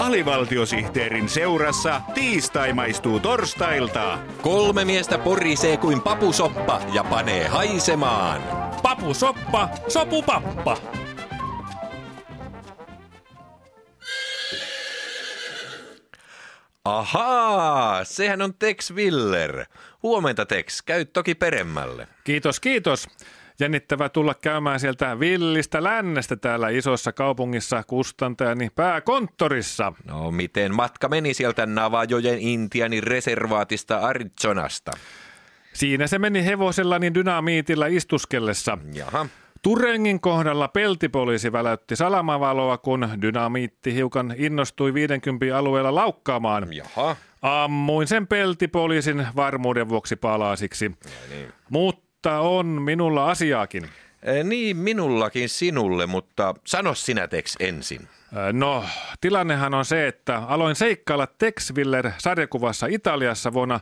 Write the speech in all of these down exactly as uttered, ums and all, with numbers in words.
Alivaltiosihteerin seurassa tiistai maistuu torstailta. Kolme miestä porisee kuin papusoppa ja panee haisemaan. Papusoppa, sopupappa. Ahaa, sehän on Tex Willer. Huomenta Tex, käy toki peremmälle. Kiitos, kiitos. Jännittävää tulla käymään sieltä villistä lännestä täällä isossa kaupungissa kustantajani pääkonttorissa. No miten matka meni sieltä Navajojen Intianin reservaatista Arizonasta? Siinä se meni hevosellani dynamiitilla istuskellessa. Jaha. Turengin kohdalla peltipoliisi väläytti salamavaloa, kun dynamiitti hiukan innostui viidenkymmenen alueella laukkaamaan. Jaha. Ammuin sen peltipoliisin varmuuden vuoksi palasiksi. Niin. Mutta on minulla asiaakin. E, niin, minullakin sinulle, mutta sano sinä Tex ensin. No, tilannehan on se, että aloin seikkailla Tex Willer-sarjakuvassa Italiassa vuonna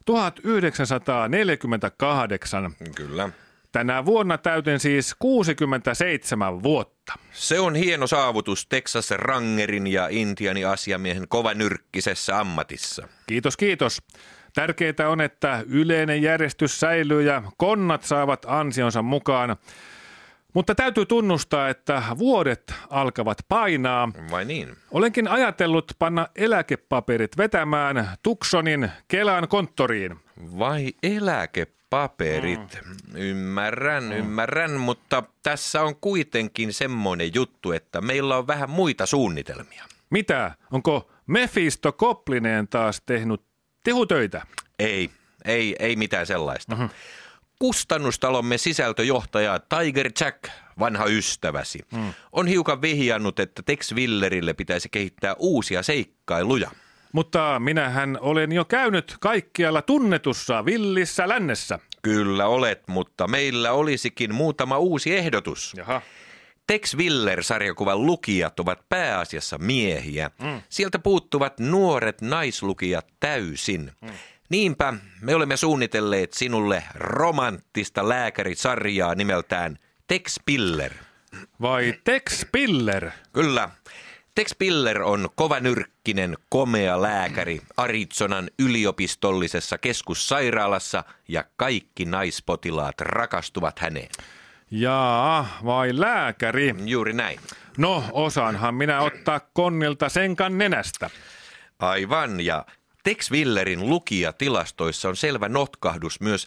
tuhatyhdeksänsataaneljäkymmentäkahdeksan. Kyllä. Tänä vuonna täytin siis kuusikymmentäseitsemän vuotta. Se on hieno saavutus Texas Rangerin ja Intiani asiamiehen kovanyrkkisessä ammatissa. Kiitos, kiitos. Tärkeää on, että yleinen järjestys säilyy ja konnat saavat ansionsa mukaan. Mutta täytyy tunnustaa, että vuodet alkavat painaa. Vai niin? Olenkin ajatellut panna eläkepaperit vetämään Tucsonin Kelan konttoriin. Vai eläkepaperit? Mm. Ymmärrän, mm. ymmärrän, mutta tässä on kuitenkin semmoinen juttu, että meillä on vähän muita suunnitelmia. Mitä? Onko Mephisto Koplineen taas tehnyt tehutöitä? Ei, ei, ei mitään sellaista. Mm-hmm. Kustannustalomme sisältöjohtaja Tiger Jack, vanha ystäväsi, mm. on hiukan vihjannut, että Tex Willerille pitäisi kehittää uusia seikkailuja. Mutta minähän olen jo käynyt kaikkialla tunnetussa villissä lännessä. Kyllä olet, mutta meillä olisikin muutama uusi ehdotus. Jaha. Tex Willer-sarjakuvan lukijat ovat pääasiassa miehiä. Mm. Sieltä puuttuvat nuoret naislukijat täysin. Mm. Niinpä me olemme suunnitelleet sinulle romanttista lääkärisarjaa nimeltään Tex Piller. Vai Tex Piller? Kyllä. Tex Piller on kovanyrkkinen, komea lääkäri Arizonan yliopistollisessa keskussairaalassa ja kaikki naispotilaat rakastuvat häneen. Jaa, vai lääkäri? Juuri näin. No, osaanhan minä ottaa konnilta senkan nenästä. Aivan, ja Tex Willerin lukijatilastoissa on selvä notkahdus myös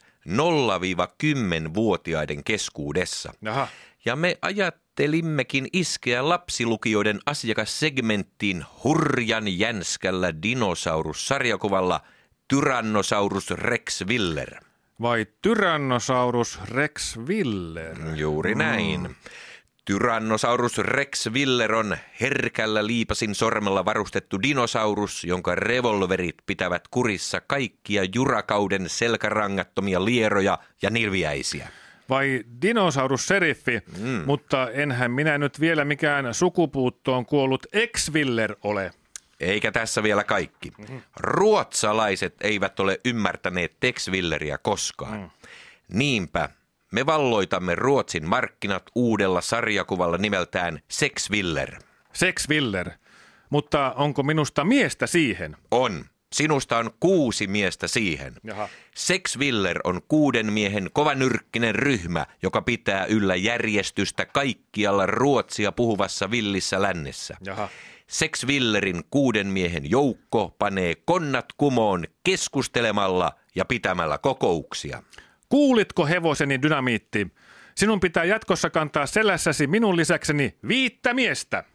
nolla–kymmenen-vuotiaiden keskuudessa. Jaha. Ja me ajattelimmekin iskeä lapsilukijoiden asiakassegmenttiin hurjan jänskällä dinosaurussarjakuvalla Tyrannosaurus Rex Willer. Vai Tyrannosaurus Rex Willer? Juuri näin. Mm. Tyrannosaurus Rex Willer on herkällä liipasin sormella varustettu dinosaurus, jonka revolverit pitävät kurissa kaikkia jurakauden selkärangattomia lieroja ja nilviäisiä. Vai dinosaurusseriffi, mm. mutta enhän minä nyt vielä mikään sukupuuttoon kuollut ex-Willer ole. Eikä tässä vielä kaikki. Mm-hmm. Ruotsalaiset eivät ole ymmärtäneet Tex Willeria koskaan. Mm. Niinpä me valloitamme Ruotsin markkinat uudella sarjakuvalla nimeltään Sex Willer. Sex Willer. Mutta onko minusta miestä siihen? On. Sinusta on kuusi miestä siihen. Jaha. Sex Willer on kuuden miehen kovanyrkkinen ryhmä, joka pitää yllä järjestystä kaikkialla Ruotsia puhuvassa villissä lännessä. Jaha. Sex Willerin kuuden miehen joukko panee konnat kumoon keskustelemalla ja pitämällä kokouksia. Kuulitko hevoseni dynamiitti? Sinun pitää jatkossa kantaa selässäsi minun lisäkseni viittä miestä.